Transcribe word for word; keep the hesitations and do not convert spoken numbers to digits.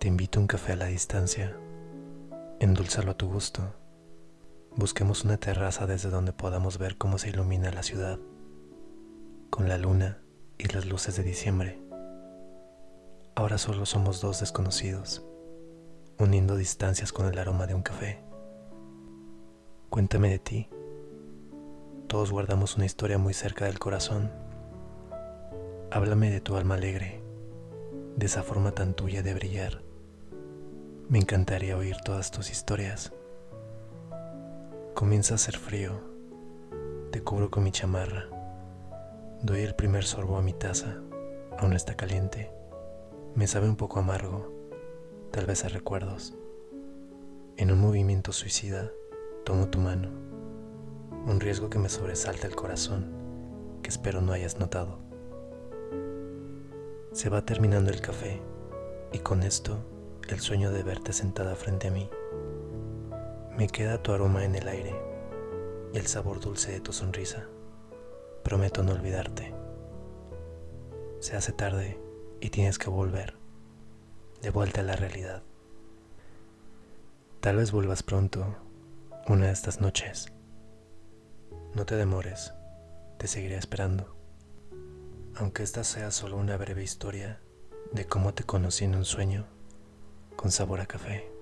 Te invito a un café a la distancia. Endúlzalo a tu gusto. Busquemos una terraza desde donde podamos ver cómo se ilumina la ciudad, con la luna y las luces de diciembre. Ahora solo somos dos desconocidos, uniendo distancias con el aroma de un café. Cuéntame de ti. Todos guardamos una historia muy cerca del corazón. Háblame de tu alma alegre, de esa forma tan tuya de brillar. Me encantaría oír todas tus historias. Comienza a hacer frío. Te cubro con mi chamarra. Doy el primer sorbo a mi taza. Aún está caliente. Me sabe un poco amargo, tal vez a recuerdos. En un movimiento suicida, tomo tu mano. Un riesgo que me sobresalta el corazón, que espero no hayas notado. Se va terminando el café, y con esto, el sueño de verte sentada frente a mí. Me queda tu aroma en el aire y el sabor dulce de tu sonrisa. Prometo no olvidarte. Se hace tarde y tienes que volver, de vuelta a la realidad. Tal vez vuelvas pronto, una de estas noches. No te demores, te seguiré esperando. Aunque esta sea solo una breve historia de cómo te conocí en un sueño con sabor a café.